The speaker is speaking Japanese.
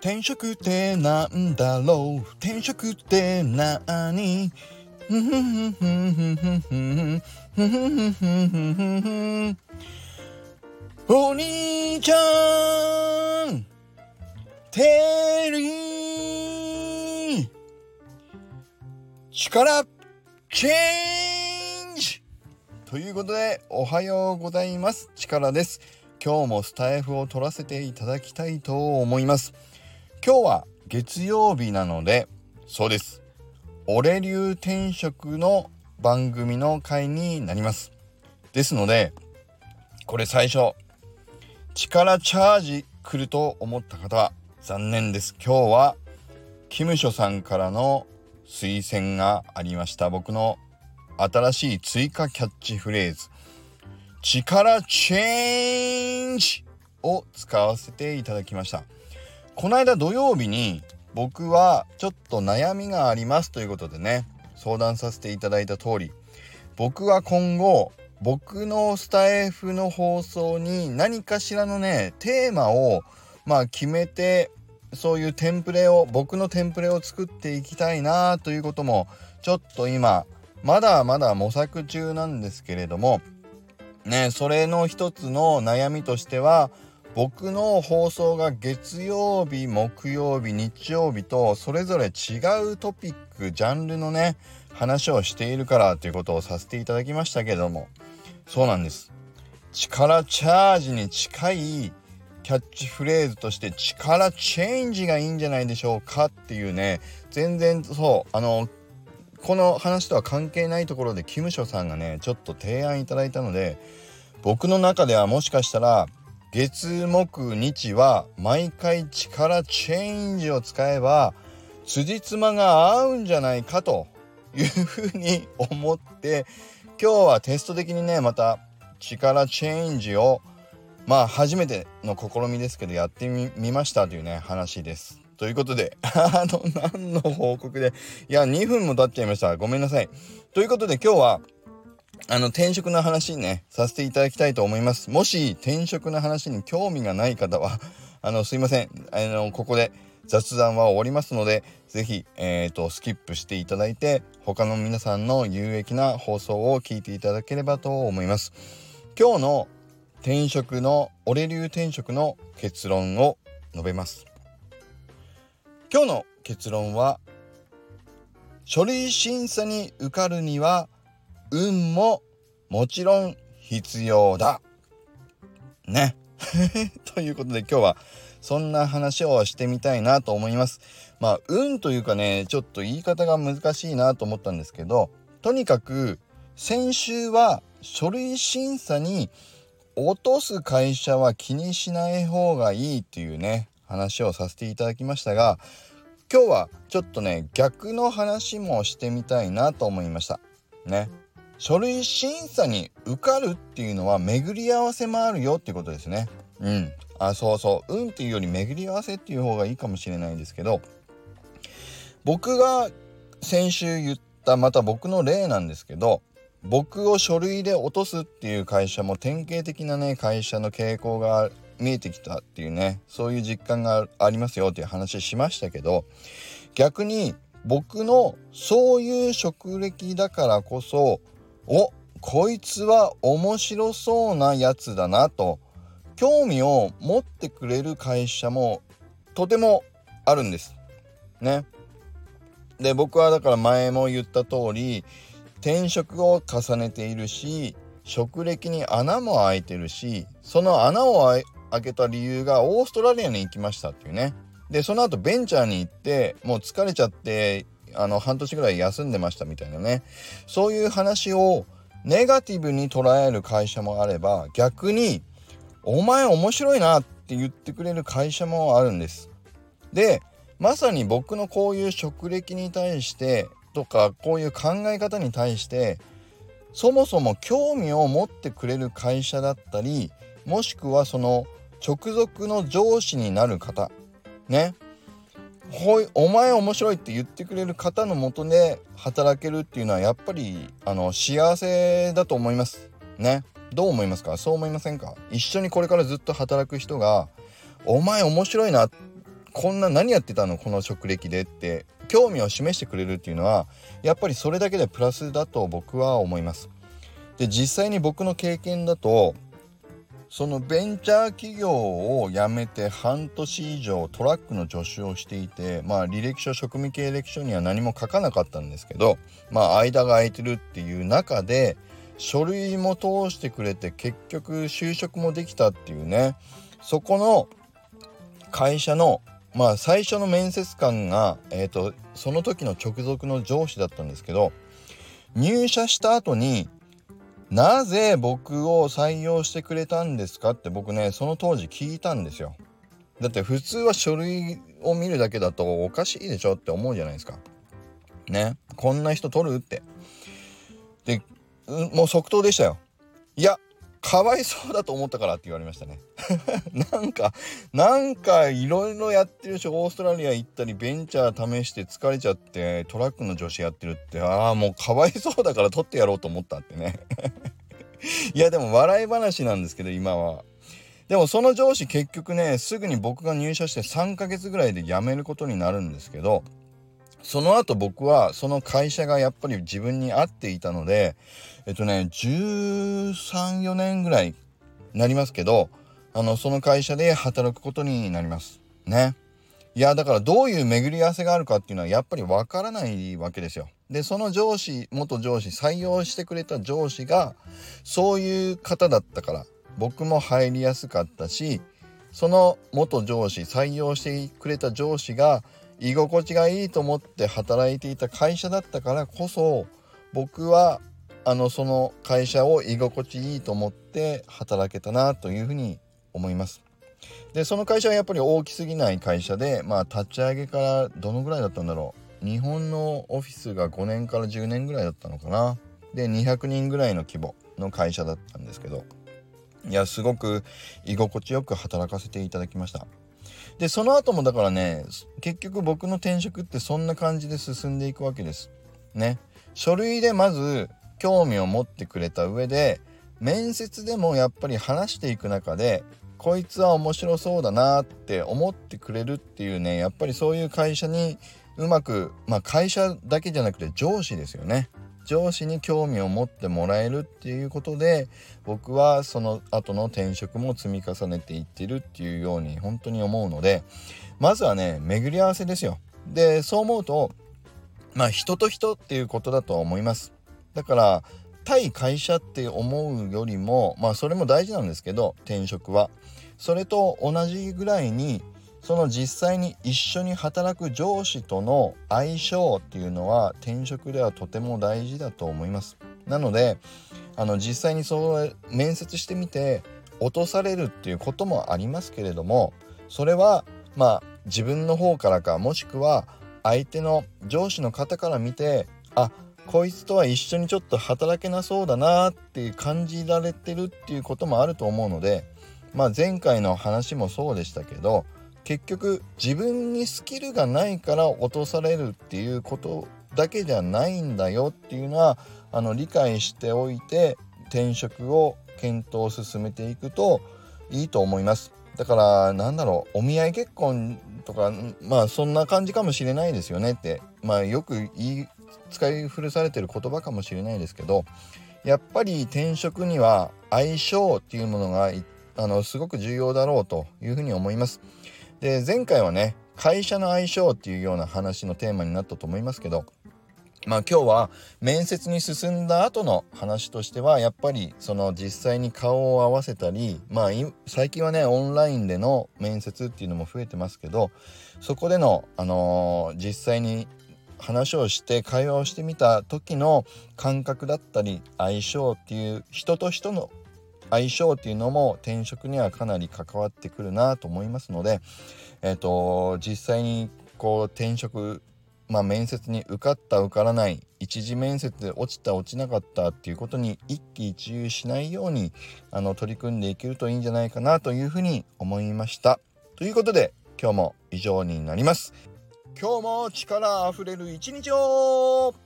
転職ってなんだろう、転職ってなーに、お兄ちゃんテリー力チェンジということで、おはようございます。力です。今日もスタイフを取らせていただきたいと思います。今日は月曜日なので、そうです、俺流転職の番組の回になります。ですので、これ最初力チャージ来ると思った方は残念です。今日はキムショさんからの推薦がありました。僕の新しい追加キャッチフレーズ、力チェンジを使わせていただきました。この間土曜日に僕はちょっと悩みがありますということでね、相談させていただいた通り、僕は今後僕のスタイフの放送に何かしらのねテーマを決めて、そういう僕のテンプレを作っていきたいなということもちょっと今まだまだ模索中なんですけれどもね、それの一つの悩みとしては、僕の放送が月曜日、木曜日、日曜日とそれぞれ違うトピック、ジャンルのね話をしているからということをさせていただきましたけれども、そうなんです。力チャージに近いキャッチフレーズとして力チェンジがいいんじゃないでしょうかっていうね、全然この話とは関係ないところでキムショさんがねちょっと提案いただいたので、僕の中ではもしかしたら月木日は毎回力チェンジを使えば辻褄が合うんじゃないかというふうに思って、今日はテスト的にねまた力チェンジを初めての試みですけどやってみましたというね話です。ということで何の報告で、2分も経っちゃいました。ごめんなさい。ということで今日は転職の話にねさせていただきたいと思います。もし転職の話に興味がない方はすいません、ここで雑談は終わりますので、ぜひスキップしていただいて他の皆さんの有益な放送を聞いていただければと思います。今日の俺流転職の結論を述べます。今日の結論は、書類審査に受かるには運ももちろん必要だねということで今日はそんな話をしてみたいなと思います。運というかね、ちょっと言い方が難しいなと思ったんですけど、とにかく先週は書類審査に落とす会社は気にしない方がいいっていうね話をさせていただきましたが、今日はちょっとね逆の話もしてみたいなと思いましたね。書類審査に受かるっていうのは巡り合わせもあるよっていうことですね。運っていうより巡り合わせっていう方がいいかもしれないんですけど、僕が先週言ったまた僕の例なんですけど、僕を書類で落とすっていう会社も典型的なね会社の傾向が見えてきたっていうね、そういう実感がありますよっていう話しましたけど、逆に僕のそういう職歴だからこそ、こいつは面白そうなやつだなと興味を持ってくれる会社もとてもあるんですね。で、僕はだから前も言った通り転職を重ねているし、職歴に穴も開いてるし、その穴を開けた理由がオーストラリアに行きましたっていうね。でその後ベンチャーに行ってもう疲れちゃって半年ぐらい休んでましたみたいなね、そういう話をネガティブに捉える会社もあれば、逆にお前面白いなって言ってくれる会社もあるんです。でまさに僕のこういう職歴に対してとかこういう考え方に対してそもそも興味を持ってくれる会社だったり、もしくはその直属の上司になる方ね、お前面白いって言ってくれる方のもとで働けるっていうのはやっぱり幸せだと思いますね。どう思いますか？そう思いませんか？一緒にこれからずっと働く人がお前面白いな、 こんな何やってたのこの職歴でって興味を示してくれるっていうのはやっぱりそれだけでプラスだと僕は思います。で実際に僕の経験だとそのベンチャー企業を辞めて半年以上トラックの助手をしていて、履歴書職務経歴書には何も書かなかったんですけど、間が空いてるっていう中で書類も通してくれて結局就職もできたっていうね、そこの会社の最初の面接官が、その時の直属の上司だったんですけど、入社した後になぜ僕を採用してくれたんですかって僕ねその当時聞いたんですよ。だって普通は書類を見るだけだとおかしいでしょって思うじゃないですかね。こんな人取るってで、もう即答でしたよ。いやかわいそうだと思ったからって言われましたねなんかいろいろやってるし、オーストラリア行ったりベンチャー試して疲れちゃってトラックの助手やってるって、もうかわいそうだから取ってやろうと思ったってねいやでも笑い話なんですけど今は。でもその上司結局ねすぐに僕が入社して3ヶ月ぐらいで辞めることになるんですけど、その後僕はその会社がやっぱり自分に合っていたので13、4年ぐらいなりますけどその会社で働くことになりますね。いやだからどういう巡り合わせがあるかっていうのはやっぱりわからないわけですよ。でその元上司採用してくれた上司がそういう方だったから僕も入りやすかったし、その元上司採用してくれた上司が居心地がいいと思って働いていた会社だったからこそ僕はその会社を居心地いいと思って働けたなというふうに思います。でその会社はやっぱり大きすぎない会社で、立ち上げからどのぐらいだったんだろう、日本のオフィスが5年から10年ぐらいだったのかな。で200人ぐらいの規模の会社だったんですけど、いやすごく居心地よく働かせていただきました。でその後もだからね結局僕の転職ってそんな感じで進んでいくわけですね。書類でまず興味を持ってくれた上で面接でもやっぱり話していく中でこいつは面白そうだなって思ってくれるっていうね、やっぱりそういう会社にうまく、会社だけじゃなくて上司ですよね。上司に興味を持ってもらえるっていうことで僕はその後の転職も積み重ねていってるっていうように本当に思うので、まずはね巡り合わせですよ。でそう思うと人と人っていうことだとは思います。だから対会社って思うよりもそれも大事なんですけど、転職はそれと同じぐらいにその実際に一緒に働く上司との相性っていうのは転職ではとても大事だと思います。なので実際にそう面接してみて落とされるっていうこともありますけれども、それは自分の方からかもしくは相手の上司の方から見てこいつとは一緒にちょっと働けなそうだなって感じられてるっていうこともあると思うので、前回の話もそうでしたけど結局自分にスキルがないから落とされるっていうことだけじゃないんだよっていうのは理解しておいて転職を検討を進めていくといいと思います。だからお見合い結婚とかそんな感じかもしれないですよねってよく使い古されてる言葉かもしれないですけど、やっぱり転職には相性っていうものがすごく重要だろうというふうに思います。で前回はね会社の相性っていうような話のテーマになったと思いますけど、今日は面接に進んだ後の話としてはやっぱりその実際に顔を合わせたり最近はねオンラインでの面接っていうのも増えてますけど、そこでの、実際に話をして会話をしてみた時の感覚だったり相性っていう人と人の相性っていうのも転職にはかなり関わってくるなと思いますので、実際に転職面接に受かった受からない一次面接で落ちた落ちなかったっていうことに一喜一憂しないように取り組んでいけるといいんじゃないかなというふうに思いました。ということで今日も以上になります。今日も力あふれる一日を。